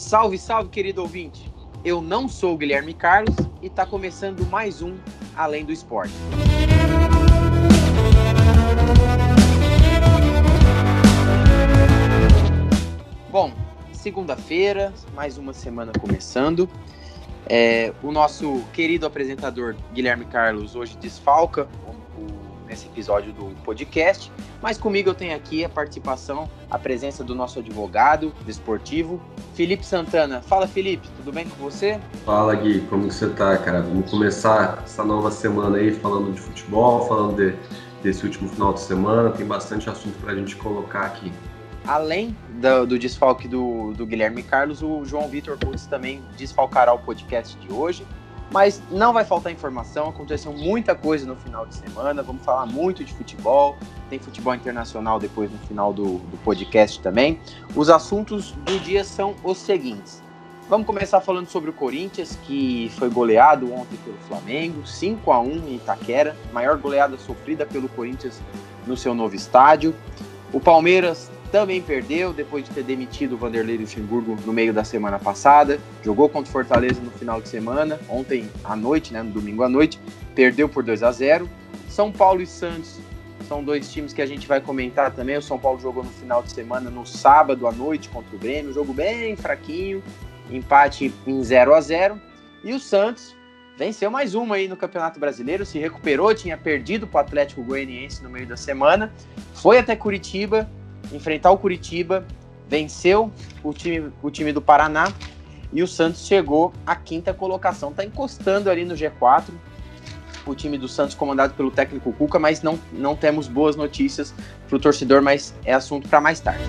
Salve, salve, querido ouvinte! Eu não sou o Guilherme Carlos e está começando mais um Além do Esporte. Bom, segunda-feira, mais uma semana começando. O nosso querido apresentador Guilherme Carlos hoje desfalca nesse episódio do podcast, mas comigo eu tenho aqui a participação, a presença do nosso advogado desportivo, Felipe Santana. Fala, Felipe, tudo bem com você? Fala, Gui, como que você tá, cara? Vamos começar essa nova semana aí falando de futebol, falando desse último final de semana, tem bastante assunto pra gente colocar aqui. Além do desfalque do Guilherme Carlos, o João Vitor Putz também desfalcará o podcast de hoje. Mas não vai faltar informação, aconteceu muita coisa no final de semana, vamos falar muito de futebol, tem futebol internacional depois no final do podcast também. Os assuntos do dia são os seguintes. Vamos começar falando sobre o Corinthians, que foi goleado ontem pelo Flamengo, 5-1 em Itaquera, maior goleada sofrida pelo Corinthians no seu novo estádio. O Palmeiras também perdeu, depois de ter demitido o Vanderlei Luxemburgo no meio da semana passada. Jogou contra o Fortaleza no final de semana, ontem à noite, no domingo à noite, perdeu por 2-0. São Paulo e Santos são dois times que a gente vai comentar também. O São Paulo jogou no final de semana, no sábado à noite, contra o Grêmio, jogo bem fraquinho, empate em 0-0. E o Santos venceu mais uma aí no Campeonato Brasileiro, se recuperou, tinha perdido para o Atlético Goianiense no meio da semana, foi até Curitiba, enfrentar o Curitiba, venceu o time do Paraná e o Santos chegou à quinta colocação, está encostando ali no G4, o time do Santos comandado pelo técnico Cuca, mas não temos boas notícias para o torcedor, mas é assunto para mais tarde.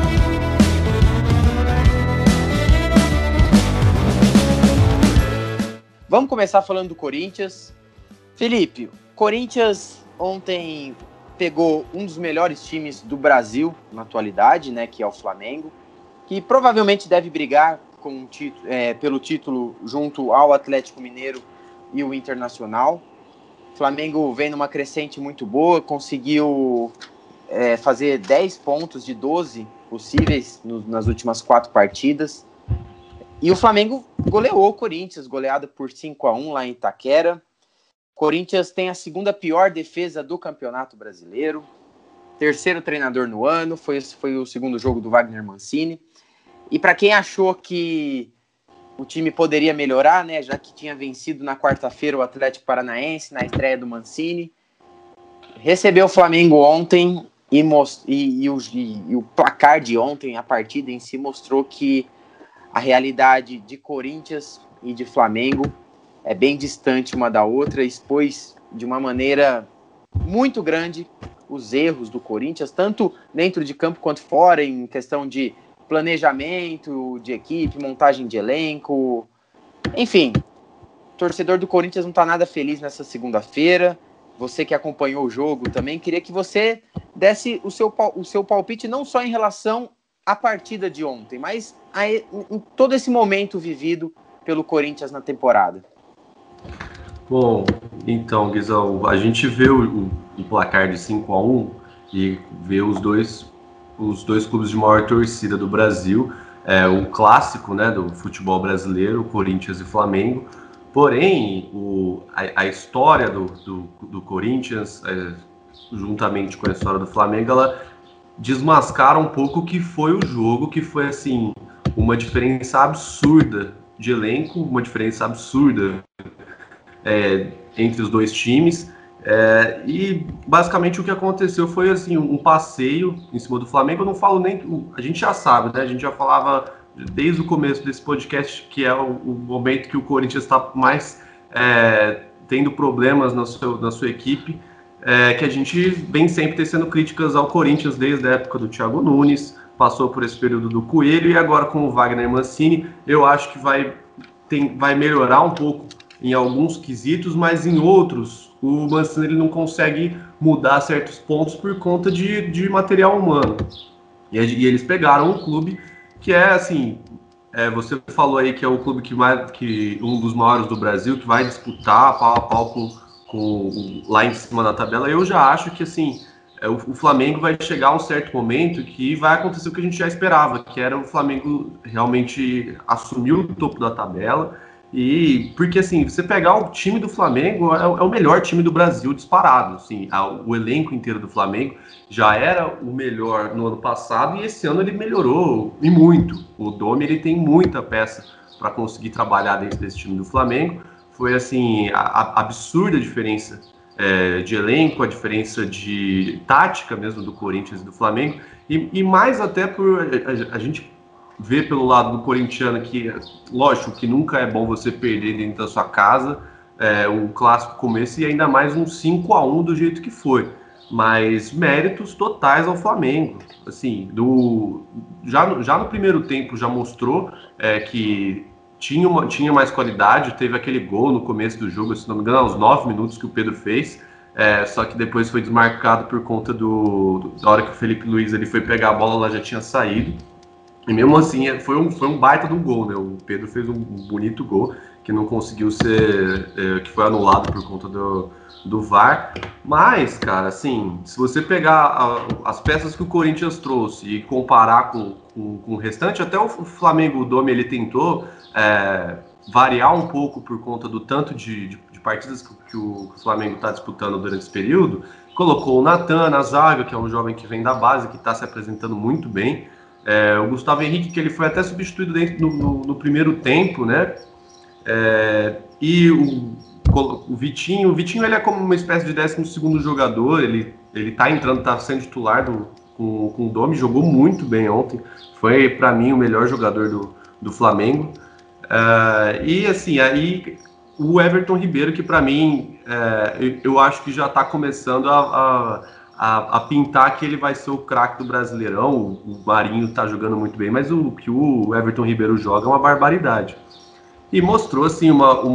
Vamos começar falando do Corinthians. Felipe, Corinthians ontem pegou um dos melhores times do Brasil na atualidade, que é o Flamengo, que provavelmente deve brigar pelo título junto ao Atlético Mineiro e o Internacional. O Flamengo vem numa crescente muito boa, conseguiu fazer 10 pontos de 12 possíveis nas últimas 4 partidas. E o Flamengo goleou o Corinthians, goleado por 5-1 lá em Itaquera. Corinthians tem a segunda pior defesa do Campeonato Brasileiro, terceiro treinador no ano, foi o segundo jogo do Wagner Mancini. E para quem achou que o time poderia melhorar, já que tinha vencido na quarta-feira o Atlético Paranaense na estreia do Mancini, recebeu o Flamengo ontem e o placar de ontem, a partida em si, mostrou que a realidade de Corinthians e de Flamengo é bem distante uma da outra, expôs de uma maneira muito grande os erros do Corinthians, tanto dentro de campo quanto fora, em questão de planejamento de equipe, montagem de elenco. Enfim, o torcedor do Corinthians não está nada feliz nessa segunda-feira. Você que acompanhou o jogo também, queria que você desse o seu palpite não só em relação à partida de ontem, mas em todo esse momento vivido pelo Corinthians na temporada. Bom, então, Guizão, a gente vê o placar de 5-1 e vê os dois clubes de maior torcida do Brasil, o clássico, do futebol brasileiro, Corinthians e Flamengo. Porém, a história do Corinthians, juntamente com a história do Flamengo, ela desmascara um pouco o que foi o jogo, que foi assim, uma diferença absurda de elenco, uma diferença absurda entre os dois times, e basicamente o que aconteceu foi assim, um passeio em cima do Flamengo. Eu não falo nem, a gente já sabe, a gente já falava desde o começo desse podcast que é o momento que o Corinthians está mais tendo problemas na sua equipe, que a gente vem sempre tecendo críticas ao Corinthians desde a época do Thiago Nunes, passou por esse período do Coelho e agora com o Wagner Mancini. Eu acho que vai melhorar um pouco em alguns quesitos, mas em outros o Mancini ele não consegue mudar certos pontos por conta de material humano. E eles pegaram um clube que assim, você falou aí que é o clube que um dos maiores do Brasil, que vai disputar pau a pau com lá em cima da tabela. Eu já acho que assim, o Flamengo vai chegar a um certo momento que vai acontecer o que a gente já esperava, que era o Flamengo realmente assumir o topo da tabela. E porque assim, você pegar o time do Flamengo é o melhor time do Brasil disparado, assim, o elenco inteiro do Flamengo já era o melhor no ano passado e esse ano ele melhorou e muito. O Domi, ele tem muita peça para conseguir trabalhar dentro desse time do Flamengo. Foi assim a absurda diferença de elenco, a diferença de tática mesmo do Corinthians e do Flamengo, e mais até por a gente ver pelo lado do corintiano que, lógico, que nunca é bom você perder dentro da sua casa, um clássico começo e ainda mais um 5-1 do jeito que foi. Mas méritos totais ao Flamengo. Assim, já no primeiro tempo já mostrou que tinha mais qualidade, teve aquele gol no começo do jogo, se não me engano, aos 9 minutos que o Pedro fez, só que depois foi desmarcado por conta da hora que o Felipe Luiz ele foi pegar a bola, ela já tinha saído. E mesmo assim, foi um baita do gol, né? O Pedro fez um bonito gol, que não conseguiu ser... que foi anulado por conta do VAR. Mas, cara, assim, se você pegar as peças que o Corinthians trouxe e comparar com o restante, até o Flamengo, o Domi, ele tentou variar um pouco por conta do tanto de partidas que o Flamengo está disputando durante esse período. Colocou o Natan na zaga, que é um jovem que vem da base, que está se apresentando muito bem. O Gustavo Henrique, que ele foi até substituído no primeiro tempo, né? E o Vitinho, ele é como uma espécie de 12º jogador, ele tá entrando, tá sendo titular com o Domi, jogou muito bem ontem, foi para mim o melhor jogador do Flamengo. E assim, aí o Everton Ribeiro, que para mim, eu acho que já tá começando a pintar que ele vai ser o craque do Brasileirão. O Marinho tá jogando muito bem, mas o que o Everton Ribeiro joga é uma barbaridade. E mostrou assim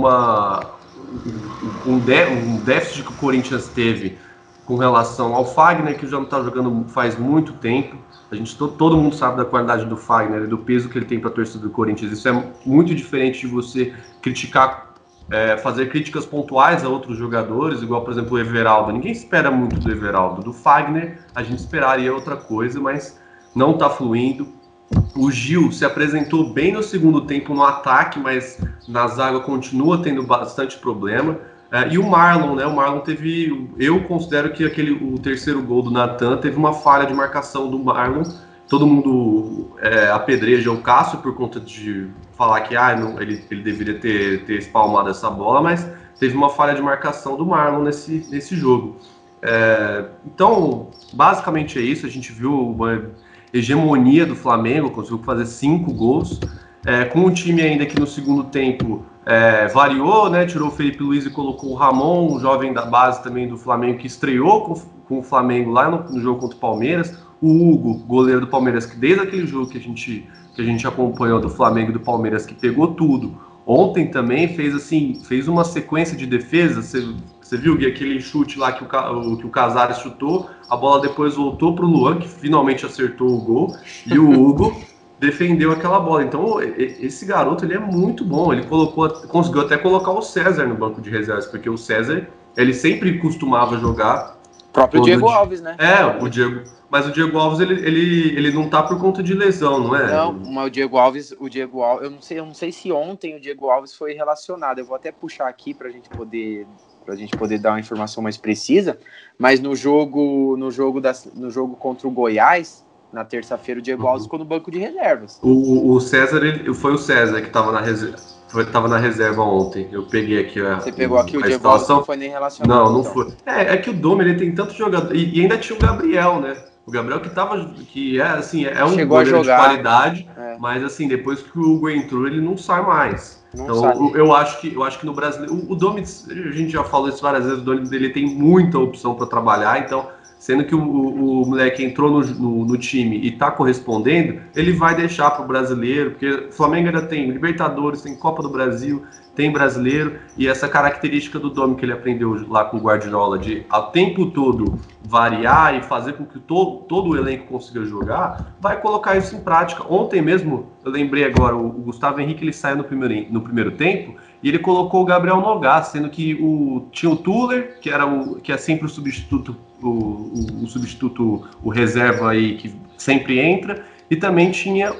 um déficit que o Corinthians teve com relação ao Fagner, que já não está jogando faz muito tempo. Todo mundo sabe da qualidade do Fagner e do peso que ele tem para a torcida do Corinthians. Isso é muito diferente de você criticar, fazer críticas pontuais a outros jogadores, igual, por exemplo, o Everaldo. Ninguém espera muito do Everaldo. Do Fagner, a gente esperaria outra coisa, mas não está fluindo. O Gil se apresentou bem no segundo tempo no ataque, mas na zaga continua tendo bastante problema. E o Marlon, né? O Marlon teve... Eu considero que o terceiro gol do Natan teve uma falha de marcação do Marlon. Todo mundo apedreja o Cássio por conta de falar que ele deveria ter espalmado essa bola, mas teve uma falha de marcação do Marlon nesse jogo. Então, basicamente é isso. A gente viu uma hegemonia do Flamengo, conseguiu fazer 5 gols, com um time ainda que no segundo tempo variou, né? Tirou o Felipe Luiz e colocou o Ramon, um jovem da base também do Flamengo, que estreou com o Flamengo lá no jogo contra o Palmeiras. O Hugo, goleiro do Palmeiras, que desde aquele jogo que a gente acompanhou do Flamengo e do Palmeiras, que pegou tudo. Ontem também fez uma sequência de defesa. Você viu, Gui, aquele chute lá que o Casares chutou, a bola depois voltou para o Luan, que finalmente acertou o gol, e o Hugo defendeu aquela bola. Então, esse garoto, ele é muito bom. Ele conseguiu até colocar o César no banco de reservas, porque o César, ele sempre costumava jogar. O próprio Diego Alves, né? O Diego. Mas o Diego Alves, ele não tá por conta de lesão, não é? Não, mas o Diego Alves, eu não sei se ontem o Diego Alves foi relacionado. Eu vou até puxar aqui pra gente poder dar uma informação mais precisa, mas no jogo contra o Goiás, na terça-feira, o Diego Alves ficou no banco de reservas. O César, foi o César que estava na reserva ontem. Eu peguei aqui Você pegou aqui o Diego Alves, não foi nem relacionado. Não foi. É que o Domi, ele tem tanto jogador, e ainda tinha o Gabriel, né? O Gabriel é um goleiro de qualidade, mas assim, depois que o Hugo entrou, ele não sai mais. Eu acho que no Brasileiro, o Domi, a gente já falou isso várias vezes, o Domi, ele tem muita opção para trabalhar, então, sendo que o moleque entrou no time e está correspondendo, ele vai deixar para o Brasileiro, porque o Flamengo ainda tem Libertadores, tem Copa do Brasil, tem Brasileiro, e essa característica do Domi que ele aprendeu lá com o Guardiola, de ao tempo todo variar e fazer com que todo o elenco consiga jogar, vai colocar isso em prática. Ontem mesmo, eu lembrei agora, o Gustavo Henrique, ele saiu no primeiro tempo, e ele colocou o Gabriel Nogas, sendo que tinha o Tuller, que é sempre o substituto, o substituto, o reserva aí que sempre entra, e também tinha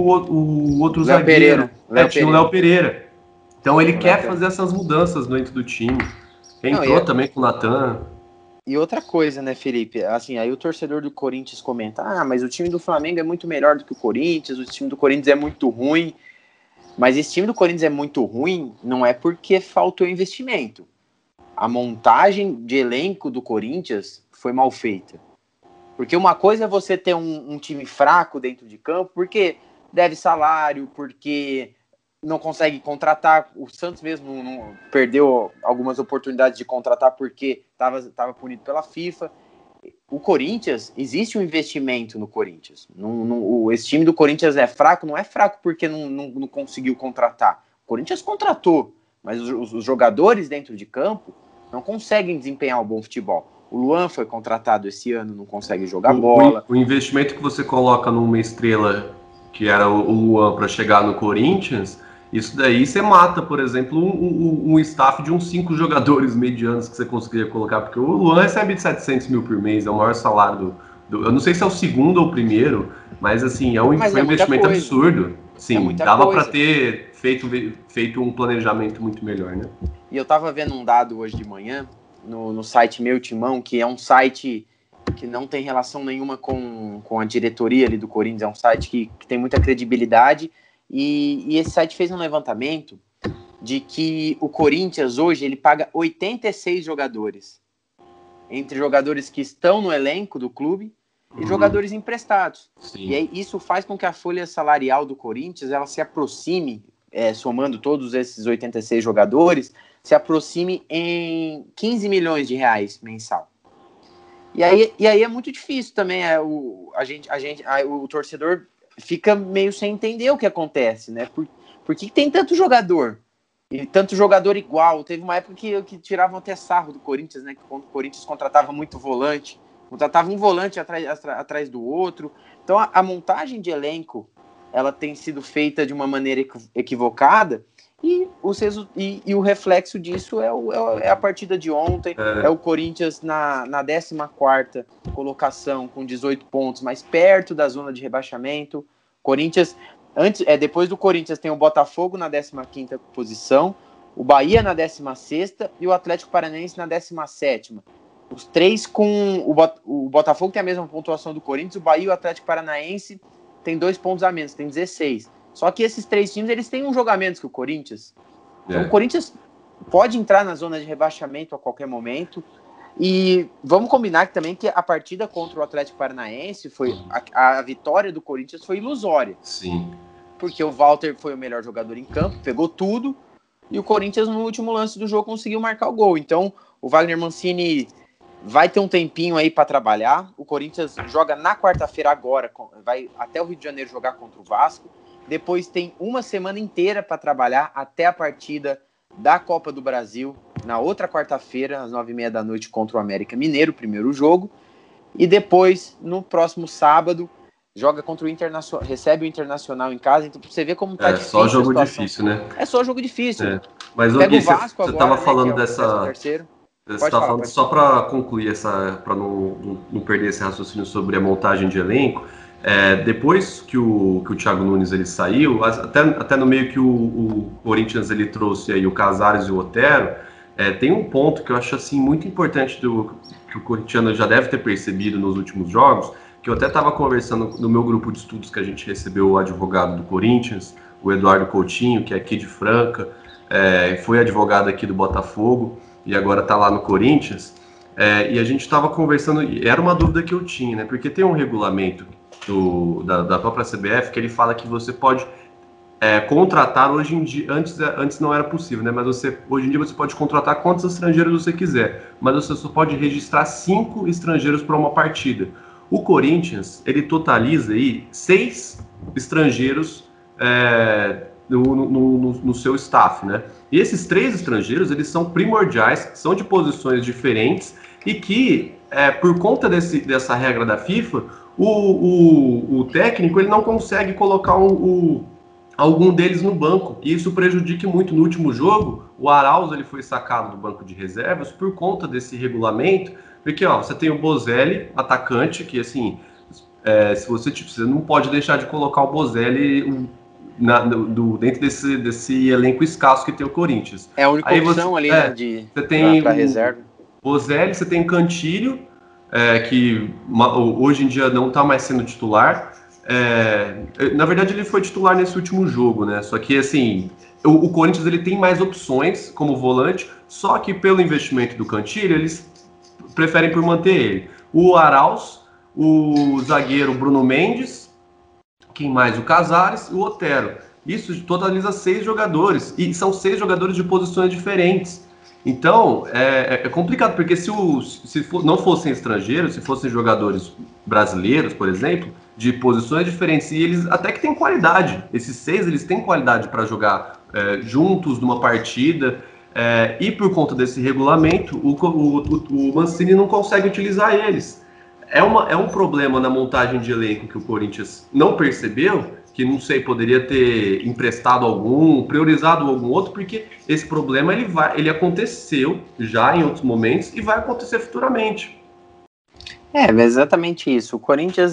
o outro Léo zagueiro, Pereira. tinha o Léo Pereira. Então ele quer Pereira. fazer essas mudanças dentro do time. Entrou também com o Natan. E outra coisa, né, Felipe? Assim, aí o torcedor do Corinthians comenta: mas o time do Flamengo é muito melhor do que o Corinthians, o time do Corinthians é muito ruim. Mas esse time do Corinthians é muito ruim, não é porque faltou investimento. A montagem de elenco do Corinthians foi mal feita. Porque uma coisa é você ter um time fraco dentro de campo, porque deve salário, porque não consegue contratar. O Santos mesmo não perdeu algumas oportunidades de contratar porque estava punido pela FIFA. O Corinthians, existe um investimento no Corinthians. Esse time do Corinthians é fraco, não é fraco porque não conseguiu contratar. O Corinthians contratou, mas os jogadores dentro de campo não conseguem desempenhar um bom futebol. O Luan foi contratado esse ano, não consegue jogar bola. O investimento que você coloca numa estrela que era o Luan para chegar no Corinthians, isso daí você mata, por exemplo, um staff de uns 5 jogadores medianos que você conseguiria colocar, porque o Luan recebe de 700 mil por mês, é o maior salário eu não sei se é o segundo ou o primeiro, mas assim, foi um investimento absurdo. Sim, dava para ter feito um planejamento muito melhor, né? E eu tava vendo um dado hoje de manhã, no site Meu Timão, que é um site que não tem relação nenhuma com a diretoria ali do Corinthians, é um site que tem muita credibilidade, e esse site fez um levantamento de que o Corinthians hoje ele paga 86 jogadores, entre jogadores que estão no elenco do clube e jogadores emprestados. Sim. E aí isso faz com que a folha salarial do Corinthians ela se aproxime, somando todos esses 86 jogadores, se aproxime em 15 milhões de reais mensal. E aí é muito difícil também, o torcedor fica meio sem entender o que acontece, né? Por que tem tanto jogador? E tanto jogador igual. Teve uma época que tiravam até sarro do Corinthians, né? Que o Corinthians contratava muito volante. Contratava um volante atrás do outro. Então a montagem de elenco ela tem sido feita de uma maneira equivocada e o reflexo disso é a partida de ontem, é o Corinthians na 14ª colocação com 18 pontos, mais perto da zona de rebaixamento. Corinthians, depois do Corinthians tem o Botafogo na 15ª posição, o Bahia na 16ª e o Atlético Paranaense na 17ª. Os três com... O Botafogo tem a mesma pontuação do Corinthians, o Bahia e o Atlético Paranaense tem 2 pontos a menos, tem 16. Só que esses 3 times, eles têm um jogo a menos que o Corinthians. Então o Corinthians pode entrar na zona de rebaixamento a qualquer momento. E vamos combinar também que a partida contra o Atlético Paranaense foi... A vitória do Corinthians foi ilusória. Sim. Porque o Walter foi o melhor jogador em campo, pegou tudo. E o Corinthians, no último lance do jogo, conseguiu marcar o gol. Então, o Wagner Mancini vai ter um tempinho aí para trabalhar. O Corinthians joga na quarta-feira agora, vai até o Rio de Janeiro jogar contra o Vasco. Depois tem uma semana inteira para trabalhar até a partida da Copa do Brasil, na outra quarta-feira, às 9h30 da noite, contra o América Mineiro, primeiro jogo. E depois, no próximo sábado, joga contra o Internacional, recebe o Internacional em casa. Então, pra você ver como tá difícil. É só jogo difícil, né? É só jogo difícil. Mas pega o Vasco você agora, tava falando que é dessa... terceiro. Você está falando, só para concluir para não perder esse raciocínio sobre a montagem de elenco, depois que o Thiago Nunes ele saiu, até no meio que o Corinthians ele trouxe aí o Casares e o Otero, tem um ponto que eu acho assim muito importante que o corintiano já deve ter percebido nos últimos jogos, que eu até estava conversando no meu grupo de estudos que a gente recebeu o advogado do Corinthians, o Eduardo Coutinho, que é aqui de Franca, foi advogado aqui do Botafogo, e agora está lá no Corinthians, e a gente estava conversando, e era uma dúvida que eu tinha, né? Porque tem um regulamento da própria CBF que ele fala que você pode contratar hoje em dia, antes não era possível, né? Mas hoje em dia você pode contratar quantos estrangeiros você quiser, mas você só pode registrar 5 estrangeiros para uma partida. O Corinthians, ele totaliza aí 6 estrangeiros no seu staff, né? E esses 3 estrangeiros, eles são primordiais, são de posições diferentes e que, por conta dessa regra da FIFA, o técnico ele não consegue colocar o algum deles no banco, e isso prejudica muito. No último jogo, o Arauz ele foi sacado do banco de reservas por conta desse regulamento, porque ó, você tem o Bozelli, atacante, que assim, se você não pode deixar de colocar o Bozelli dentro desse elenco escasso que tem o Corinthians. É a única Aí você, opção ali, né, você tem para o reserva. Bozelli, você tem o Cantilho, que hoje em dia não está mais sendo titular. Na verdade, ele foi titular nesse último jogo, né? Só que, assim, o Corinthians ele tem mais opções como volante, só que pelo investimento do Cantilho, eles preferem por manter ele. O Arauz, o zagueiro Bruno Mendes, quem mais? O Casares e o Otero. Isso totaliza 6 jogadores, e são 6 jogadores de posições diferentes. Então, é complicado, porque não fossem estrangeiros, se fossem jogadores brasileiros, por exemplo, de posições diferentes, e eles até que têm qualidade, esses 6 eles têm qualidade para jogar juntos numa partida, e por conta desse regulamento, o Mancini não consegue utilizar eles. É um problema na montagem de elenco que o Corinthians não percebeu, que não sei, poderia ter emprestado algum, priorizado algum outro, porque esse problema ele aconteceu já em outros momentos e vai acontecer futuramente. É exatamente isso. O Corinthians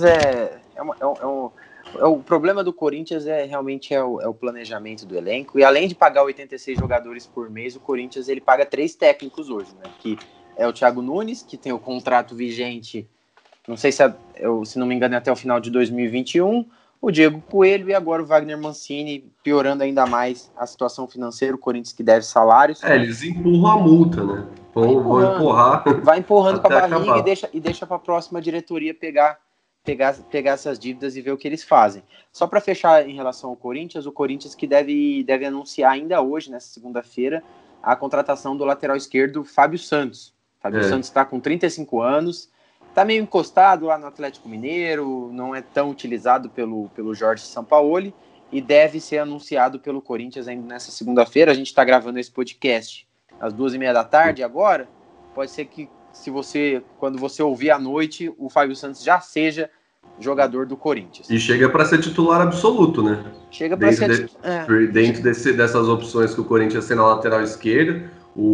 o problema do Corinthians realmente o planejamento do elenco. E além de pagar 86 jogadores por mês, o Corinthians ele paga 3 técnicos hoje, né? Que é o Thiago Nunes, que tem o contrato vigente, não sei se não me engano, é até o final de 2021, o Diego Coelho e agora o Wagner Mancini, piorando ainda mais a situação financeira, o Corinthians que deve salários. Eles empurram a multa, né? Vão empurrar. Vai empurrando com a até barriga acabar. e deixa para a próxima diretoria pegar essas dívidas e ver o que eles fazem. Só para fechar em relação ao Corinthians, o Corinthians que deve anunciar ainda hoje, nessa segunda-feira, a contratação do lateral esquerdo Fábio Santos. Fábio Santos está com 35 anos, está meio encostado lá no Atlético Mineiro, não é tão utilizado pelo Jorge Sampaoli e deve ser anunciado pelo Corinthians ainda nessa segunda-feira. A gente está gravando esse podcast às 2h30 da tarde agora. Pode ser que quando você ouvir à noite, o Fábio Santos já seja jogador do Corinthians. E chega para ser titular absoluto, né? Chega para ser dentro dessas opções que o Corinthians tem na lateral esquerda,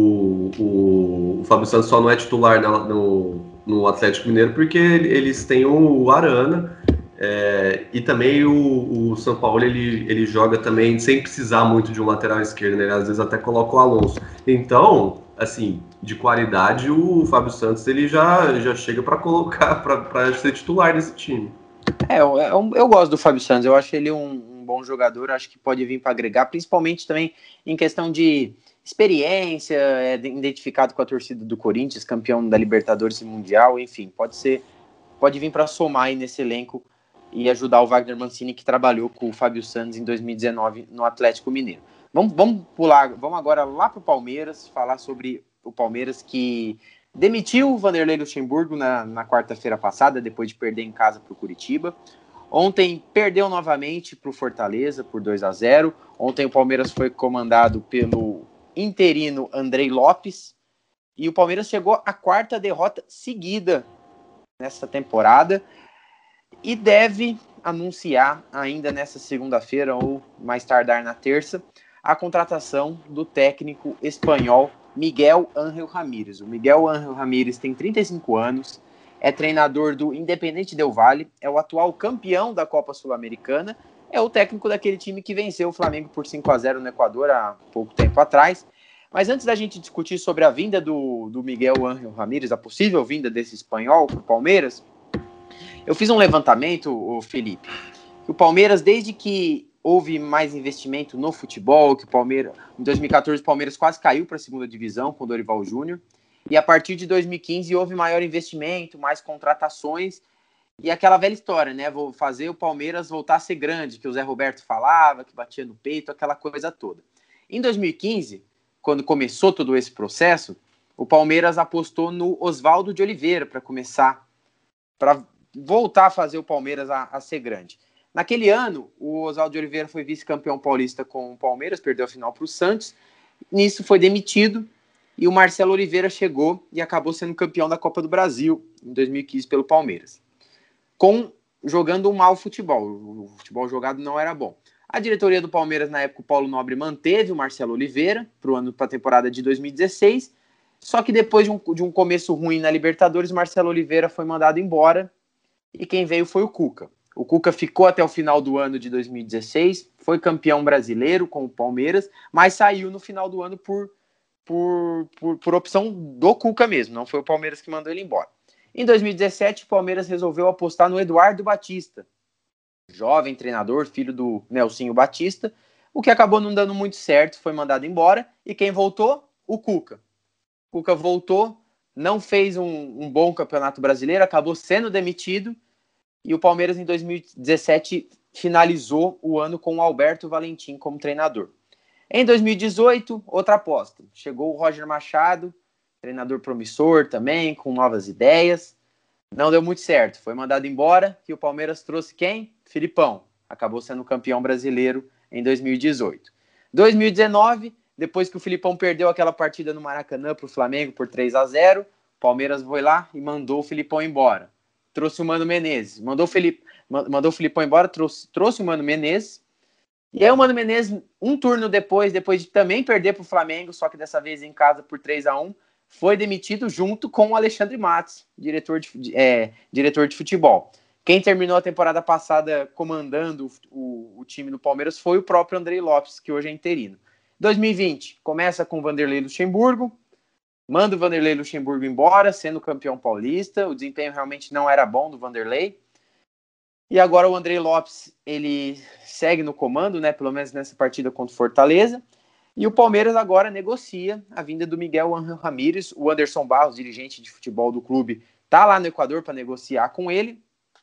o Fábio Santos só não é titular no Atlético Mineiro porque eles têm o Arana, e também o São Paulo ele joga também sem precisar muito de um lateral esquerdo, né? Ele, às vezes até coloca o Alonso. Então, assim, de qualidade, o Fábio Santos ele já chega para colocar para ser titular desse time. Eu gosto do Fábio Santos, eu acho ele um bom jogador, acho que pode vir para agregar, principalmente também em questão de experiência, identificado com a torcida do Corinthians, campeão da Libertadores e Mundial, enfim, pode vir para somar aí nesse elenco e ajudar o Wagner Mancini, que trabalhou com o Fábio Santos em 2019 no Atlético Mineiro. Vamos agora lá para o Palmeiras, falar sobre o Palmeiras que demitiu o Vanderlei Luxemburgo na quarta-feira passada, depois de perder em casa para o Curitiba. Ontem perdeu novamente para o Fortaleza por 2-0. Ontem o Palmeiras foi comandado pelo interino Andrei Lopes e o Palmeiras chegou à 4ª derrota seguida nessa temporada e deve anunciar ainda nessa segunda-feira ou mais tardar na terça a contratação do técnico espanhol Miguel Ángel Ramírez. O Miguel Ángel Ramírez tem 35 anos, é treinador do Independente Del Valle, é o atual campeão da Copa Sul-Americana, é o técnico daquele time que venceu o Flamengo por 5-0 no Equador há pouco tempo atrás. Mas antes da gente discutir sobre a vinda do Miguel Ángel Ramírez, a possível vinda desse espanhol para o Palmeiras, eu fiz um levantamento, Felipe, que o Palmeiras, desde que houve mais investimento no futebol, que em 2014 o Palmeiras quase caiu para a segunda divisão com o Dorival Júnior, e a partir de 2015 houve maior investimento, mais contratações, e aquela velha história, né? Vou fazer o Palmeiras voltar a ser grande, que o Zé Roberto falava, que batia no peito, aquela coisa toda. Em 2015, quando começou todo esse processo, o Palmeiras apostou no Oswaldo de Oliveira para voltar a fazer o Palmeiras a ser grande. Naquele ano, o Oswaldo de Oliveira foi vice-campeão paulista com o Palmeiras, perdeu a final para o Santos. Nisso foi demitido e o Marcelo Oliveira chegou e acabou sendo campeão da Copa do Brasil em 2015 pelo Palmeiras, jogando um mau futebol. O futebol jogado não era bom. A diretoria do Palmeiras, na época, o Paulo Nobre manteve o Marcelo Oliveira para a temporada de 2016, só que depois de um começo ruim na Libertadores, o Marcelo Oliveira foi mandado embora e quem veio foi o Cuca. O Cuca ficou até o final do ano de 2016, foi campeão brasileiro com o Palmeiras, mas saiu no final do ano por opção do Cuca mesmo, não foi o Palmeiras que mandou ele embora. Em 2017, o Palmeiras resolveu apostar no Eduardo Batista, jovem treinador, filho do Nelsinho Batista, o que acabou não dando muito certo, foi mandado embora, e quem voltou? O Cuca. O Cuca voltou, não fez um bom campeonato brasileiro, acabou sendo demitido, e o Palmeiras em 2017 finalizou o ano com o Alberto Valentim como treinador. Em 2018, outra aposta. Chegou o Roger Machado, treinador promissor também, com novas ideias. Não deu muito certo, foi mandado embora e o Palmeiras trouxe quem? Filipão. Acabou sendo campeão brasileiro em 2018. 2019, depois que o Filipão perdeu aquela partida no Maracanã para o Flamengo por 3-0, o Palmeiras foi lá e mandou o Filipão embora. Trouxe o Mano Menezes. Mandou o Filipão embora, trouxe o Mano Menezes. E aí o Mano Menezes, um turno depois de também perder para o Flamengo, só que dessa vez em casa por 3-1, foi demitido junto com o Alexandre Matos, diretor de futebol. Quem terminou a temporada passada comandando o time do Palmeiras foi o próprio Andrei Lopes, que hoje é interino. 2020, começa com o Vanderlei Luxemburgo, manda o Vanderlei Luxemburgo embora, sendo campeão paulista, o desempenho realmente não era bom do Vanderlei. E agora o Andrei Lopes, ele segue no comando, né, pelo menos nessa partida contra o Fortaleza. E o Palmeiras agora negocia a vinda do Miguel Ángel Ramírez. O Anderson Barros, dirigente de futebol do clube, está lá no Equador para negociar com ele.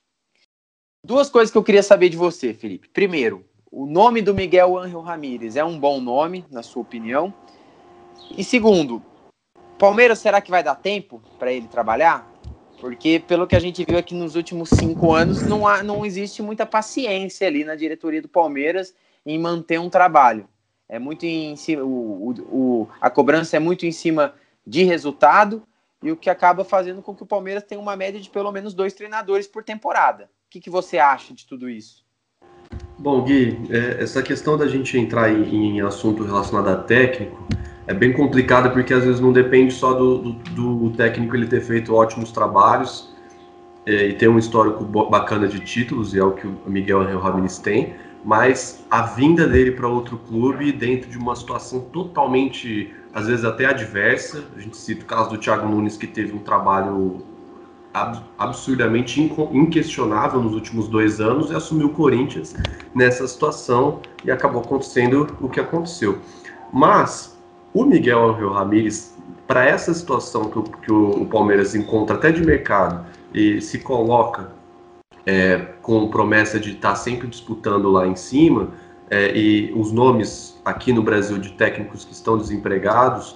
Duas coisas que eu queria saber de você, Felipe. Primeiro, o nome do Miguel Ángel Ramírez é um bom nome, na sua opinião? E segundo, Palmeiras, será que vai dar tempo para ele trabalhar? Porque, pelo que a gente viu aqui nos últimos 5 anos, não existe muita paciência ali na diretoria do Palmeiras em manter um trabalho. É muito em cima, a cobrança é muito em cima de resultado, e o que acaba fazendo com que o Palmeiras tenha uma média de pelo menos 2 treinadores por temporada. O que você acha de tudo isso? Bom, Gui, essa questão da gente entrar em assunto relacionado a técnico é bem complicada, porque às vezes não depende só do técnico ele ter feito ótimos trabalhos e ter um histórico bacana de títulos, e é o que o Miguel Ángel Ramírez tem, mas a vinda dele para outro clube dentro de uma situação totalmente, às vezes até adversa. A gente cita o caso do Thiago Nunes, que teve um trabalho absurdamente inquestionável nos últimos 2 anos e assumiu o Corinthians nessa situação e acabou acontecendo o que aconteceu. Mas o Miguel Ángel Ramírez, para essa situação que o Palmeiras encontra até de mercado e se coloca com promessa de estar sempre disputando lá em cima, e os nomes aqui no Brasil de técnicos que estão desempregados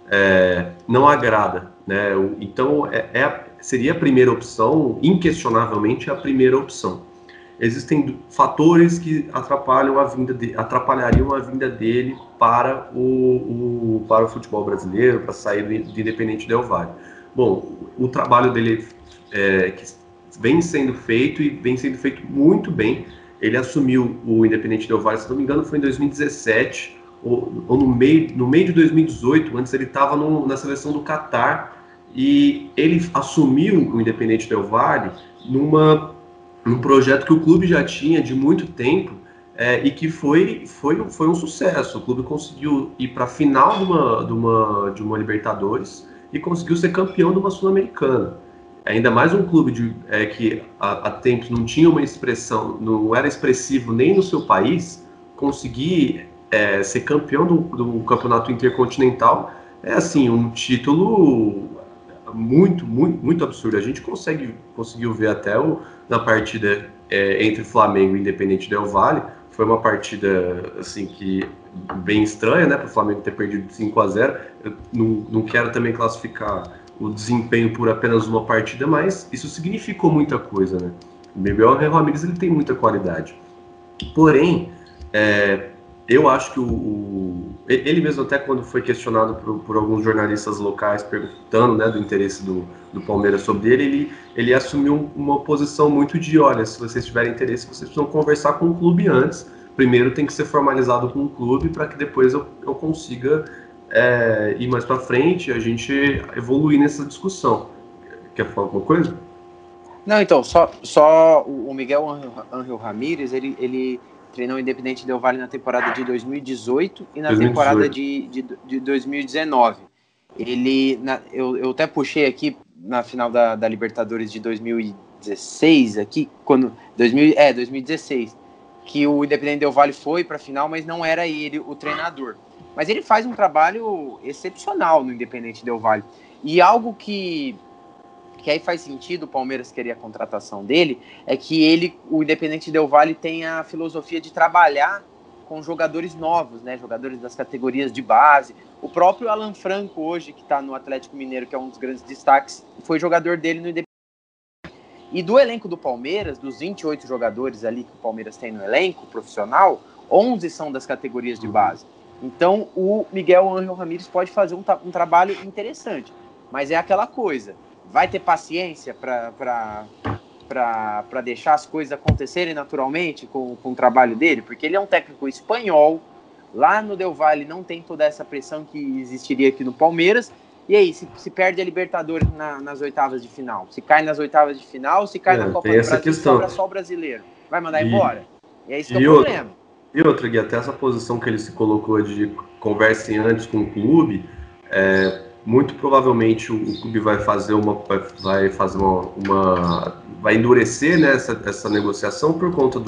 não agrada, né? Então seria a primeira opção, inquestionavelmente a primeira opção. Existem fatores que atrapalhariam a vinda dele para o futebol brasileiro, para sair de Independente Del Valle. Bom, o trabalho dele que vem sendo feito e vem sendo feito muito bem. Ele assumiu o Independente Del Valle, se não me engano, foi em 2017 ou no meio de 2018. Antes ele estava na seleção do Catar, e ele assumiu o Independente Del Valle num projeto que o clube já tinha de muito tempo, e que foi um sucesso. O clube conseguiu ir para a final de uma Libertadores e conseguiu ser campeão de uma Sul-Americana. Ainda mais um clube que há tempos não tinha uma expressão, não era expressivo nem no seu país, conseguir ser campeão do campeonato intercontinental é assim um título muito, muito, muito absurdo. A gente conseguiu ver até na partida entre Flamengo e Independente Del Valle. Foi uma partida assim que bem estranha, né, para o Flamengo ter perdido 5-0. Eu não quero também classificar o desempenho por apenas uma partida, mas isso significou muita coisa, né? O Miguel Ángel Ramírez, ele tem muita qualidade. Porém, eu acho que ele mesmo, até quando foi questionado por alguns jornalistas locais perguntando, né, do interesse do Palmeiras sobre ele assumiu uma posição muito de: olha, se vocês tiverem interesse, vocês precisam conversar com o clube antes, primeiro tem que ser formalizado com o clube para que depois eu consiga ir mais para frente e a gente evoluir nessa discussão. Quer falar alguma coisa? Não, então, só o Miguel Ángel Ramírez, ele treinou o Independente Del Valle na temporada de 2018 e na 2018. Temporada de 2019. Eu até puxei aqui na final da Libertadores de 2016, aqui, 2016, que o Independente Del Valle foi para a final, mas não era ele o treinador. Mas ele faz um trabalho excepcional no Independente Del Valle. E algo que aí faz sentido o Palmeiras querer a contratação dele, é que o Independente Del Valle tem a filosofia de trabalhar com jogadores novos, né, jogadores das categorias de base. O próprio Alan Franco hoje, que está no Atlético Mineiro, que é um dos grandes destaques, foi jogador dele no Independente. E do elenco do Palmeiras, dos 28 jogadores ali que o Palmeiras tem no elenco profissional, 11 são das categorias de base. Então o Miguel Ángel Ramírez pode fazer um trabalho interessante, mas é aquela coisa, vai ter paciência para deixar as coisas acontecerem naturalmente com o trabalho dele? Porque ele é um técnico espanhol, lá no Del Valle não tem toda essa pressão que existiria aqui no Palmeiras. E aí, se perde a Libertadores nas oitavas de final? Se cai nas oitavas de final, se cai na Copa do Brasil, sobra só o brasileiro. Vai mandar embora? E é isso que é o problema. E outra, Gui, até essa posição que ele se colocou de conversem antes com o clube, muito provavelmente o clube vai vai endurecer, né, essa negociação por conta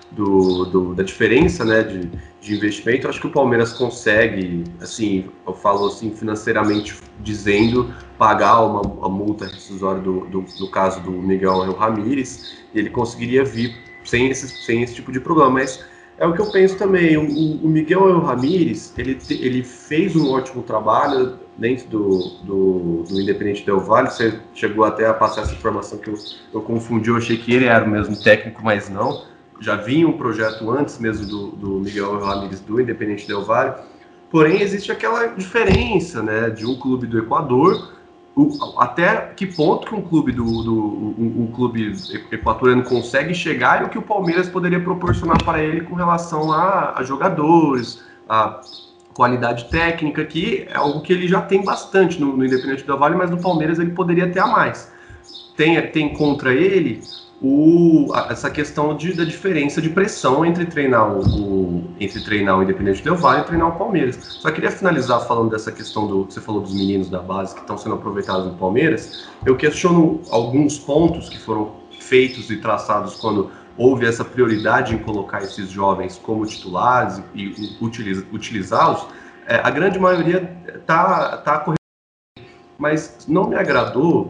da diferença, né, de investimento. Eu acho que o Palmeiras consegue, assim, eu falo assim, financeiramente dizendo, pagar uma multa rescisória no caso do Miguel Ángel Ramírez, e ele conseguiria vir sem esse tipo de problema, mas é o que eu penso também. O Miguel Ángel Ramírez, ele fez um ótimo trabalho dentro do Independente Del Valle. Você chegou até a passar essa informação que eu confundi, eu achei que ele era o mesmo técnico, mas não. Já vinha um projeto antes mesmo do Miguel Ángel Ramírez do Independente Del Valle. Porém, existe aquela diferença, né, de um clube do Equador. Até que ponto que um clube clube equatoriano consegue chegar e o que o Palmeiras poderia proporcionar para ele com relação a jogadores, a qualidade técnica, que é algo que ele já tem bastante no Independente Del Valle, mas no Palmeiras ele poderia ter a mais. Tem contra ele essa questão da diferença de pressão entre treinar o Independente Del Valle e treinar o Palmeiras. Só queria finalizar falando dessa questão que você falou dos meninos da base que estão sendo aproveitados no Palmeiras. Eu questiono alguns pontos que foram feitos e traçados quando houve essa prioridade em colocar esses jovens como titulares e utilizá-los. A grande maioria está correndo, mas não me agradou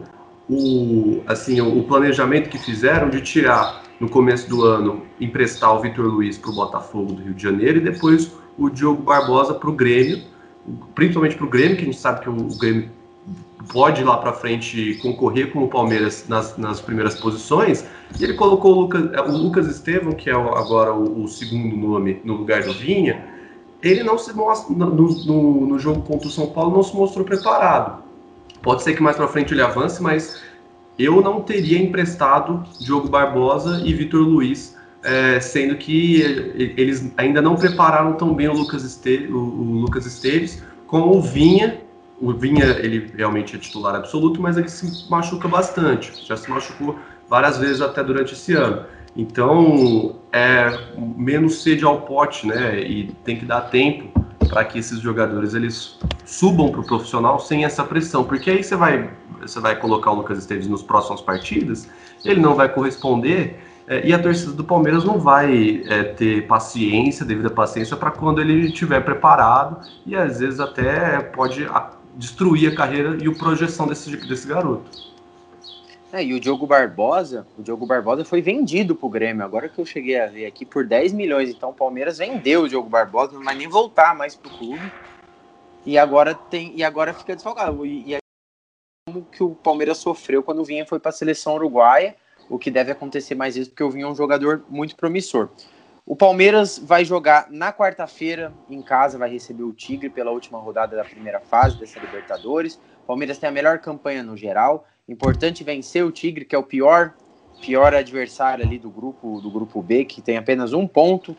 o planejamento que fizeram de tirar, no começo do ano, emprestar o Vitor Luiz para o Botafogo do Rio de Janeiro e depois o Diogo Barbosa para o Grêmio, principalmente para o Grêmio, que a gente sabe que o Grêmio pode ir lá para frente concorrer com o Palmeiras nas primeiras posições, e ele colocou o Lucas Estevam, que é agora o segundo nome, no lugar do Vinha. Ele não se mostra, no jogo contra o São Paulo, não se mostrou preparado. Pode ser que mais para frente ele avance, mas eu não teria emprestado Diogo Barbosa e Vitor Luiz, sendo que eles ainda não prepararam tão bem o Lucas Esteves como o Vinha. O Vinha, ele realmente é titular absoluto, mas ele se machuca bastante. Já se machucou várias vezes até durante esse ano. Então, menos sede ao pote, né? E tem que dar tempo para que esses jogadores eles subam para o profissional sem essa pressão, porque aí você vai colocar o Lucas Esteves nos próximos partidas, ele não vai corresponder, e a torcida do Palmeiras não vai ter devida paciência para quando ele estiver preparado, e às vezes até pode destruir a carreira e a projeção desse garoto. E o Diogo Barbosa foi vendido pro Grêmio, agora que eu cheguei a ver aqui, por 10 milhões. Então o Palmeiras vendeu o Diogo Barbosa, não vai nem voltar mais pro clube. E agora fica desfalcado. E como que o Palmeiras sofreu quando o Vinha foi para a seleção uruguaia, o que deve acontecer mais vezes, porque o Vinha é um jogador muito promissor. O Palmeiras vai jogar na quarta-feira em casa, vai receber o Tigre pela última rodada da primeira fase dessa Libertadores. O Palmeiras tem a melhor campanha no geral. Importante vencer o Tigre, que é o pior adversário ali do grupo B, que tem apenas um ponto.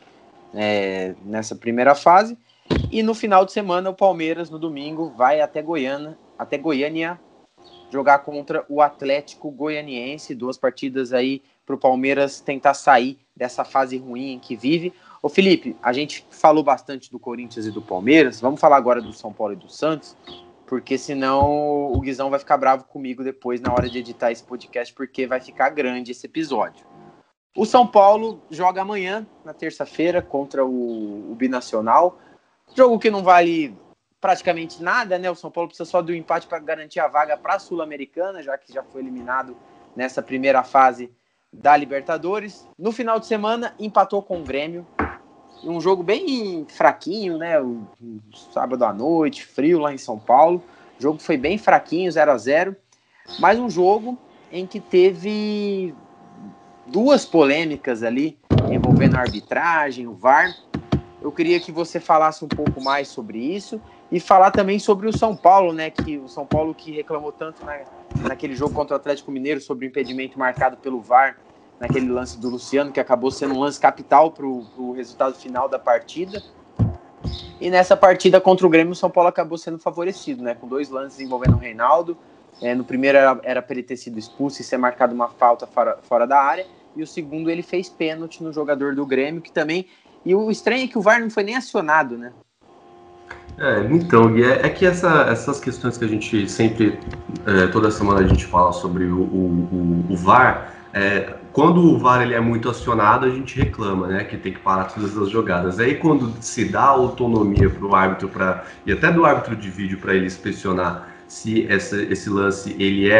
nessa primeira fase. E no final de semana, o Palmeiras, no domingo, vai até Goiânia, jogar contra o Atlético Goianiense. 2 partidas aí para o Palmeiras tentar sair dessa fase ruim em que vive. Ô Felipe, a gente falou bastante do Corinthians e do Palmeiras, vamos falar agora do São Paulo e do Santos, porque senão o Guizão vai ficar bravo comigo depois na hora de editar esse podcast, porque vai ficar grande esse episódio. O São Paulo joga amanhã, na terça-feira, contra o Binacional. Jogo que não vale praticamente nada, né? O São Paulo precisa só do empate para garantir a vaga para a Sul-Americana, já que já foi eliminado nessa primeira fase da Libertadores. No final de semana, empatou com o Grêmio. Um jogo bem fraquinho, né? O sábado à noite, frio lá em São Paulo. O jogo foi bem fraquinho, 0-0. Mas um jogo em que teve 2 polêmicas ali, envolvendo a arbitragem, o VAR. Eu queria que você falasse um pouco mais sobre isso e falar também sobre o São Paulo, né? Que o São Paulo que reclamou tanto naquele jogo contra o Atlético Mineiro sobre o impedimento marcado pelo VAR, naquele lance do Luciano, que acabou sendo um lance capital para o resultado final da partida. E nessa partida contra o Grêmio, o São Paulo acabou sendo favorecido, né? Com 2 lances envolvendo o Reinaldo. No primeiro era para ele ter sido expulso e ser marcado uma falta fora da área. E o segundo ele fez pênalti no jogador do Grêmio, que também... E o estranho é que o VAR não foi nem acionado, né? Então, Gui, é que essas questões que a gente sempre, toda semana a gente fala sobre o VAR, quando o VAR ele é muito acionado, a gente reclama, né, que tem que parar todas as jogadas. Aí quando se dá autonomia para o árbitro, e até do árbitro de vídeo para ele inspecionar se esse lance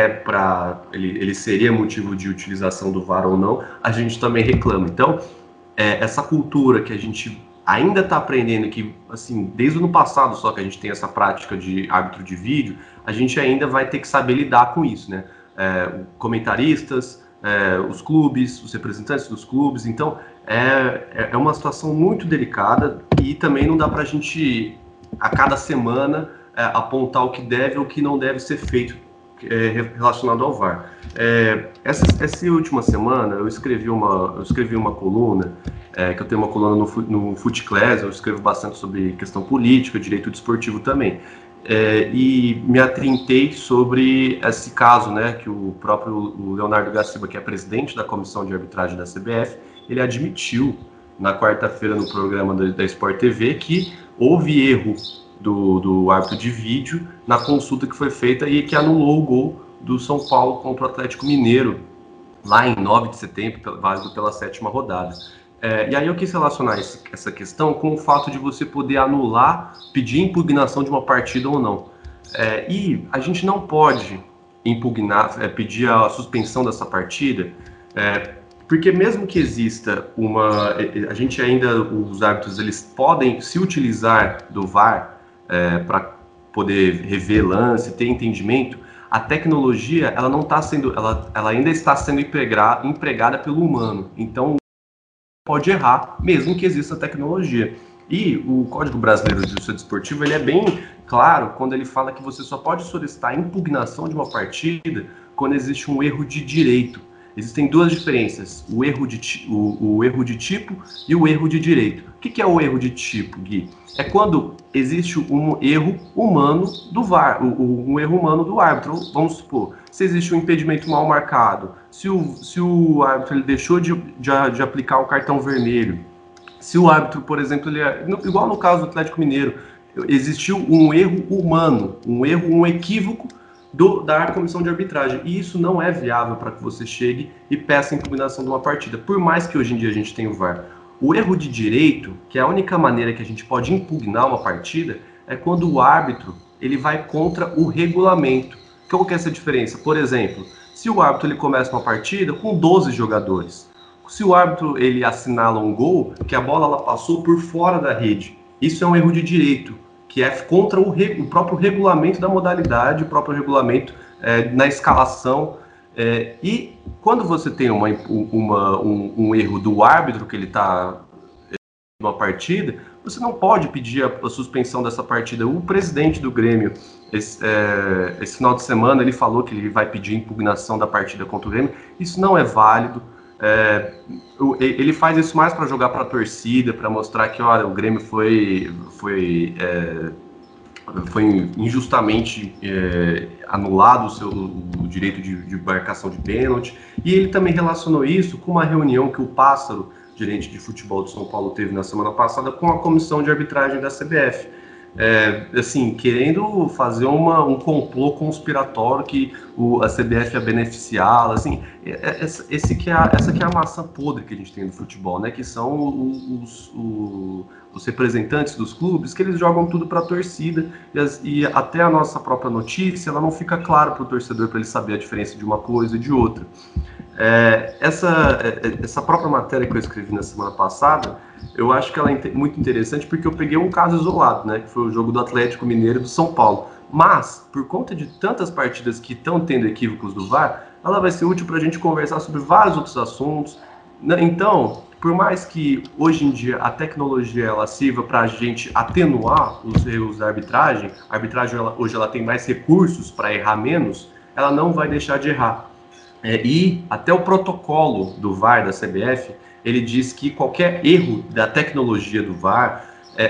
ele seria motivo de utilização do VAR ou não, a gente também reclama. Então, essa cultura que a gente ainda está aprendendo, que assim, desde o ano passado só que a gente tem essa prática de árbitro de vídeo, a gente ainda vai ter que saber lidar com isso, né? Comentaristas, os clubes, os representantes dos clubes, então é uma situação muito delicada e também não dá para a gente, a cada semana, apontar o que deve ou o que não deve ser feito relacionado ao VAR. Essa última semana eu escrevi uma coluna, que eu tenho uma coluna no FootClass, eu escrevo bastante sobre questão política, direito desportivo também, e me atrintei sobre esse caso, né, que o próprio Leonardo Gaciba, que é presidente da comissão de arbitragem da CBF, ele admitiu na quarta-feira no programa da Sport TV que houve erro do árbitro de vídeo na consulta que foi feita e que anulou o gol do São Paulo contra o Atlético Mineiro, lá em 9 de setembro, válido pela 7ª rodada. E aí eu quis relacionar essa questão com o fato de você poder anular, pedir impugnação de uma partida ou não. E a gente não pode impugnar, pedir a suspensão dessa partida, porque mesmo que exista a gente ainda, os árbitros, eles podem se utilizar do VAR para poder rever lance, ter entendimento. A tecnologia, ela não está sendo, ela ainda está sendo empregada pelo humano. Então, pode errar, mesmo que exista tecnologia. E o Código Brasileiro de Justiça Desportiva, ele é bem claro quando ele fala que você só pode solicitar a impugnação de uma partida quando existe um erro de direito. Existem 2 diferenças, o erro de tipo e o erro de direito. O que é o erro de tipo, Gui? É quando existe um erro humano do VAR, um erro humano do árbitro. Vamos supor, se existe um impedimento mal marcado, se o árbitro ele deixou de aplicar o cartão vermelho, se o árbitro, por exemplo, igual no caso do Atlético Mineiro, existiu um erro humano, um equívoco da comissão de arbitragem, e isso não é viável para que você chegue e peça a impugnação de uma partida, por mais que hoje em dia a gente tenha o VAR. O erro de direito, que é a única maneira que a gente pode impugnar uma partida, é quando o árbitro ele vai contra o regulamento. Qual que é essa diferença? Por exemplo, se o árbitro ele começa uma partida com 12 jogadores, se o árbitro ele assinala um gol, que a bola ela passou por fora da rede, isso é um erro de direito, que é contra o próprio regulamento da modalidade, o próprio regulamento na escalação. E quando você tem um erro do árbitro que ele está numa partida, você não pode pedir a suspensão dessa partida. O presidente do Grêmio, esse final de semana, ele falou que ele vai pedir impugnação da partida contra o Grêmio. Isso não é válido. Ele faz isso mais para jogar para a torcida, para mostrar que, olha, o Grêmio foi injustamente anulado o direito de marcação de pênalti, e ele também relacionou isso com uma reunião que o Pássaro, gerente de futebol de São Paulo, teve na semana passada com a comissão de arbitragem da CBF. Assim, querendo fazer um complô conspiratório que a CBF ia beneficiá-la, assim, essa que é a maçã podre que a gente tem no futebol, né, que são os representantes dos clubes, que eles jogam tudo para a torcida, e até a nossa própria notícia, ela não fica clara para o torcedor, para ele saber a diferença de uma coisa e de outra. Essa própria matéria que eu escrevi na semana passada, eu acho que ela é muito interessante porque eu peguei um caso isolado, né, que foi o jogo do Atlético Mineiro e do São Paulo. Mas, por conta de tantas partidas que estão tendo equívocos do VAR, ela vai ser útil para a gente conversar sobre vários outros assuntos. Então, por mais que hoje em dia a tecnologia ela sirva para a gente atenuar os erros da arbitragem, a arbitragem hoje ela tem mais recursos para errar menos, ela não vai deixar de errar. E até o protocolo do VAR da CBF, ele diz que qualquer erro da tecnologia do VAR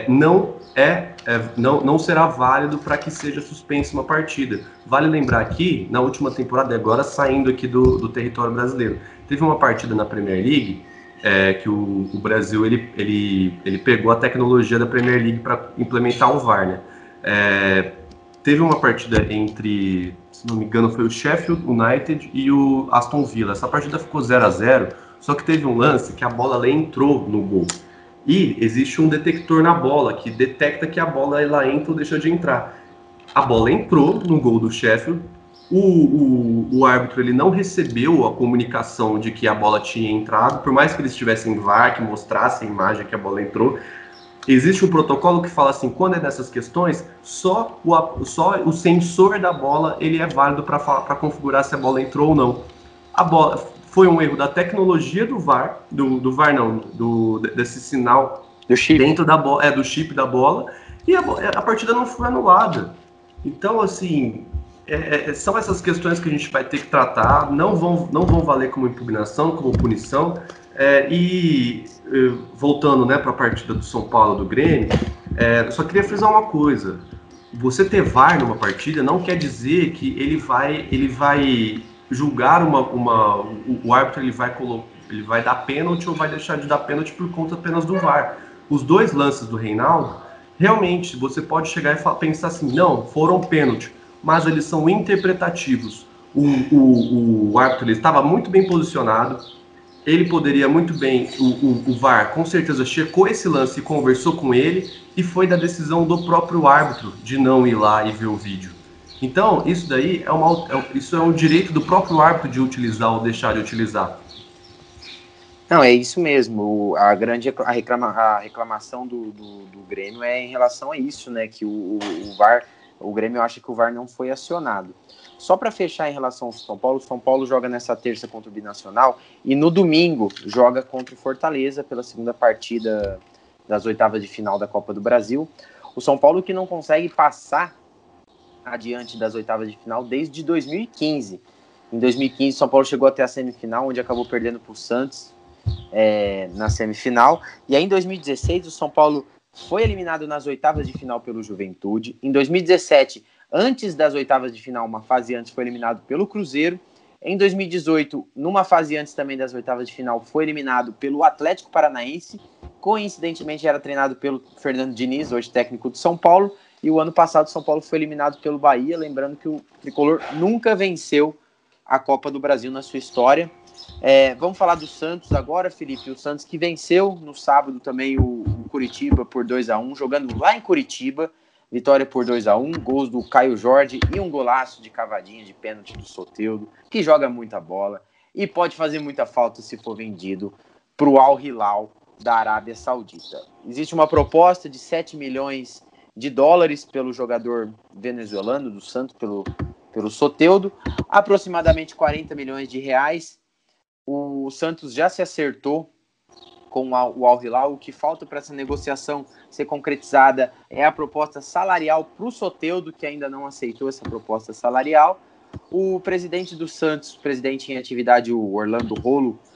não será válido para que seja suspensa uma partida. Vale lembrar aqui, na última temporada, agora saindo aqui do território brasileiro, teve uma partida na Premier League que o Brasil ele pegou a tecnologia da Premier League para implementar o VAR, né? Teve uma partida entre, se não me engano, foi o Sheffield United e o Aston Villa. Essa partida ficou 0-0, só que teve um lance que a bola ela entrou no gol. E existe um detector na bola que detecta que a bola ela entra ou deixa de entrar. A bola entrou no gol do Sheffield, o árbitro ele não recebeu a comunicação de que a bola tinha entrado, por mais que eles tivessem VAR, que mostrasse a imagem que a bola entrou. Existe um protocolo que fala assim, quando é dessas questões, só o sensor da bola ele é válido para configurar se a bola entrou ou não. A bola foi um erro da tecnologia do VAR, do VAR não, desse sinal do chip dentro da bola, do chip da bola, e a partida não foi anulada. Então, assim, são essas questões que a gente vai ter que tratar, não vão valer como impugnação, como punição. Voltando, né, para a partida do São Paulo do Grêmio, eu só queria frisar uma coisa: você ter VAR numa partida não quer dizer que ele vai julgar o árbitro, ele vai dar pênalti ou vai deixar de dar pênalti por conta apenas do VAR. Os dois lances do Reinaldo, realmente, você pode chegar e pensar assim, não, foram pênalti, mas eles são interpretativos. O árbitro ele estava muito bem posicionado, ele poderia muito bem, o VAR com certeza checou esse lance e conversou com ele, e foi da decisão do próprio árbitro de não ir lá e ver o vídeo. Então, isso daí isso é um direito do próprio árbitro de utilizar ou deixar de utilizar. Não, é isso mesmo. A reclamação do Grêmio é em relação a isso, né? Que o Grêmio acha que o VAR não foi acionado. Só para fechar em relação ao o São Paulo joga nessa terça contra o Binacional e no domingo joga contra o Fortaleza pela segunda partida das oitavas de final da Copa do Brasil. O São Paulo que não consegue passar adiante das oitavas de final desde 2015. Em 2015, o São Paulo chegou até a semifinal, onde acabou perdendo para o Santos na semifinal. E aí, em 2016, o São Paulo foi eliminado nas oitavas de final pelo Juventude. Em 2017, antes das oitavas de final, uma fase antes, foi eliminado pelo Cruzeiro. Em 2018, numa fase antes também das oitavas de final, foi eliminado pelo Atlético Paranaense. Coincidentemente, era treinado pelo Fernando Diniz, hoje técnico do São Paulo. E o ano passado, o São Paulo foi eliminado pelo Bahia. Lembrando que o Tricolor nunca venceu a Copa do Brasil na sua história. Vamos falar do Santos agora, Felipe. O Santos que venceu no sábado também o Curitiba por 2-1, jogando lá em Curitiba. Vitória por 2-1, gols do Caio Jorge e um golaço de cavadinha de pênalti do Soteldo, que joga muita bola e pode fazer muita falta se for vendido para o Al Hilal da Arábia Saudita. Existe uma proposta de 7 milhões de dólares pelo jogador venezuelano do Santos, pelo Soteldo, aproximadamente 40 milhões de reais. O Santos já se acertou com o Al Hilal. O que falta para essa negociação ser concretizada é a proposta salarial para o Soteldo, que ainda não aceitou essa proposta salarial. O presidente do Santos, presidente em atividade, o Orlando Rolo,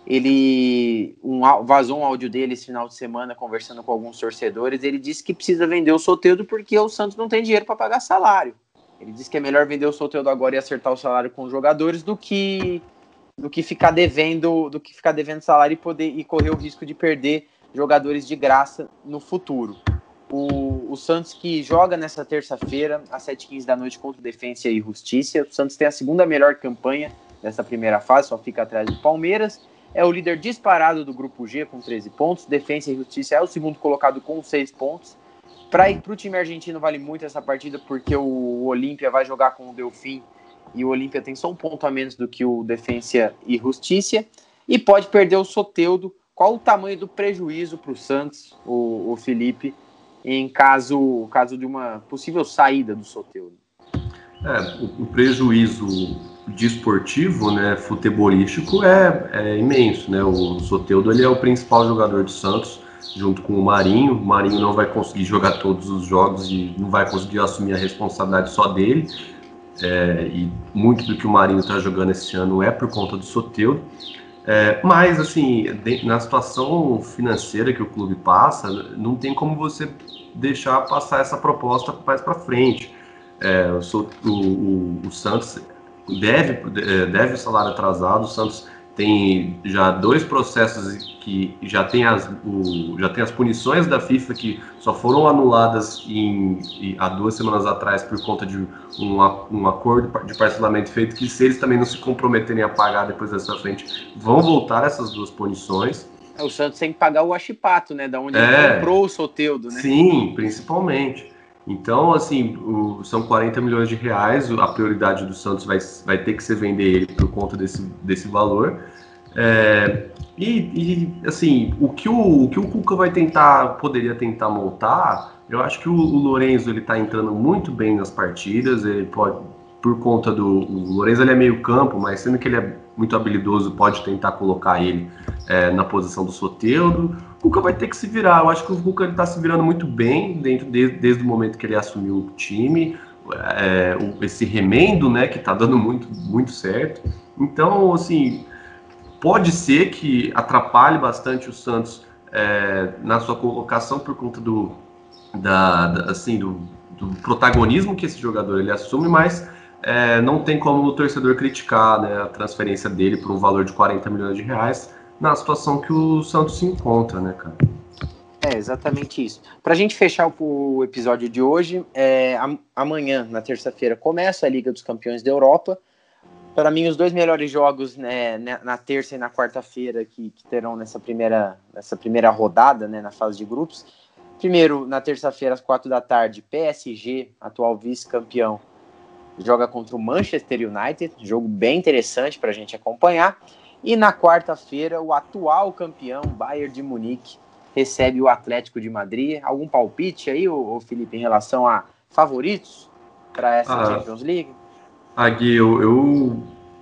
vazou um áudio dele esse final de semana, conversando com alguns torcedores. Ele disse que precisa vender o Soteldo porque o Santos não tem dinheiro para pagar salário. Ele disse que é melhor vender o Soteldo agora e acertar o salário com os jogadores do que ficar devendo salário e correr o risco de perder jogadores de graça no futuro. O Santos, que joga nessa terça-feira às 7h15 da noite contra o Defensa e Justiça. O Santos tem a segunda melhor campanha dessa primeira fase, só fica atrás do Palmeiras. É o líder disparado do grupo G com 13 pontos. Defensa e Justiça é o segundo colocado com 6 pontos. Para o time argentino vale muito essa partida, porque o Olímpia vai jogar com o Delfim e o Olímpia tem só um ponto a menos do que o Defensa e Justiça, e pode perder o Soteldo. Qual o tamanho do prejuízo para o Santos, o Felipe, em caso de uma possível saída do Soteldo? O prejuízo desportivo, né, futebolístico é imenso, né? O Soteldo, ele é o principal jogador do Santos, junto com o Marinho. O Marinho não vai conseguir jogar todos os jogos e não vai conseguir assumir a responsabilidade só dele. E muito do que o Marinho está jogando esse ano é por conta do Soteldo. Mas, assim, na situação financeira que o clube passa, não tem como você deixar passar essa proposta mais para frente. O Santos deve o salário atrasado. O Santos tem já 2 processos que já tem as punições da FIFA que só foram anuladas há 2 semanas atrás por conta de um acordo de parcelamento feito, que se eles também não se comprometerem a pagar depois dessa frente, vão voltar essas 2 punições. O Santos tem que pagar o Achipato, né, da onde ele comprou o Soteldo, né? Sim, principalmente. Então, assim, são 40 milhões de reais, a prioridade do Santos vai ter que ser vender ele por conta desse valor. Assim, o que o Cuca poderia tentar montar, eu acho que o Lorenzo, ele tá entrando muito bem nas partidas. Ele pode, por conta o Lorenzo, ele é meio campo, mas sendo que ele é muito habilidoso, pode tentar colocar ele na posição do Soteldo. O Cuca vai ter que se virar. Eu acho que o Cuca está se virando muito bem desde o momento que ele assumiu o time. Esse remendo, né, que está dando muito, muito certo. Então, assim, pode ser que atrapalhe bastante o Santos na sua colocação por conta do protagonismo que esse jogador ele assume, mas não tem como o torcedor criticar, né, a transferência dele por um valor de 40 milhões de reais na situação que o Santos se encontra, né, cara? Exatamente isso. Para a gente fechar o episódio de hoje, amanhã, na terça-feira, começa a Liga dos Campeões da Europa. Para mim, os 2 melhores jogos, né, na terça e na quarta-feira que terão nessa primeira rodada, né, na fase de grupos. Primeiro, na terça-feira, às 4 da tarde, PSG, atual vice-campeão, joga contra o Manchester United, jogo bem interessante para a gente acompanhar. E na quarta-feira, o atual campeão, Bayern de Munique, recebe o Atlético de Madrid. Algum palpite aí, Felipe, em relação a favoritos para essa Champions League? Gui, eu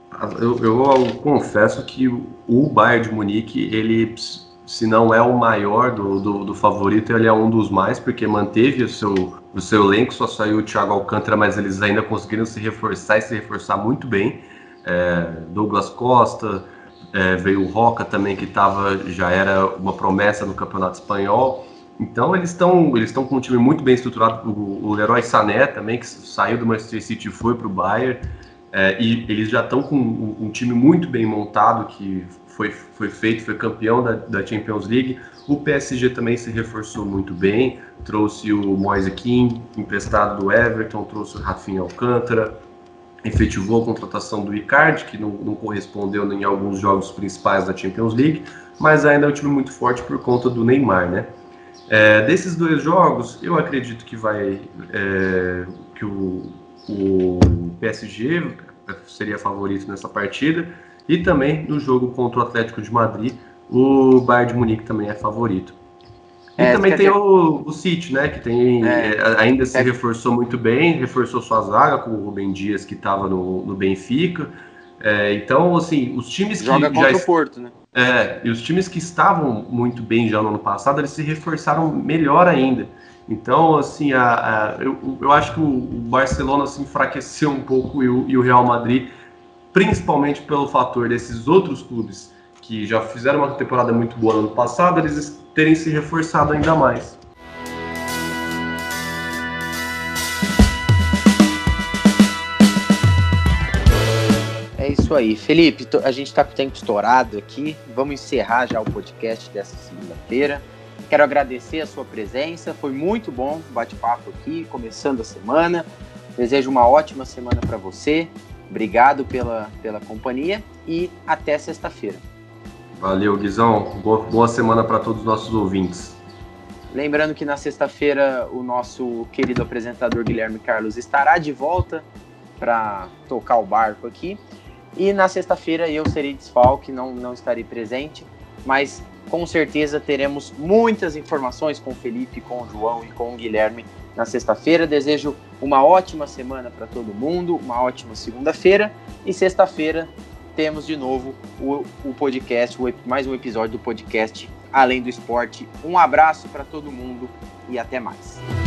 confesso que o Bayern de Munique, ele, se não é o maior do favorito, ele é um dos mais, porque manteve o seu elenco, só saiu o Thiago Alcântara, mas eles ainda conseguiram se reforçar muito bem. Douglas Costa, veio o Roca também, que já era uma promessa no Campeonato Espanhol. Então eles estão com um time muito bem estruturado. O Leroy Sané também, que saiu do Manchester City e foi para o Bayern. E eles já estão com um time muito bem montado, que foi campeão da Champions League. O PSG também se reforçou muito bem, trouxe o Moise Kean, emprestado do Everton, trouxe o Rafinha Alcântara, efetivou a contratação do Icardi, que não correspondeu em alguns jogos principais da Champions League, mas ainda é um time muito forte por conta do Neymar, né? Desses 2 jogos, eu acredito que que o PSG seria favorito nessa partida, e também no jogo contra o Atlético de Madrid, o Bayern de Munique também é favorito. E também tem o City, né, que ainda se reforçou muito bem, reforçou sua zaga com o Rubem Dias, que estava no Benfica. Então, assim, os times que joga contra o Porto, né? E os times que estavam muito bem já no ano passado, eles se reforçaram melhor ainda. Então, assim, eu acho que o Barcelona se enfraqueceu um pouco e o Real Madrid, principalmente pelo fator desses outros clubes que já fizeram uma temporada muito boa no ano passado, eles terem se reforçado ainda mais. É isso aí. Felipe, a gente está com o tempo estourado aqui. Vamos encerrar já o podcast dessa segunda-feira. Quero agradecer a sua presença. Foi muito bom o bate-papo aqui, começando a semana. Desejo uma ótima semana para você. Obrigado pela companhia e até sexta-feira. Valeu, Guizão. Boa semana para todos os nossos ouvintes. Lembrando que na sexta-feira o nosso querido apresentador Guilherme Carlos estará de volta para tocar o barco aqui. E na sexta-feira eu serei desfalque, não estarei presente, mas com certeza teremos muitas informações com o Felipe, com o João e com o Guilherme na sexta-feira. Desejo uma ótima semana para todo mundo, uma ótima segunda-feira. E sexta-feira temos de novo o podcast, mais um episódio do podcast Além do Esporte. Um abraço para todo mundo e até mais.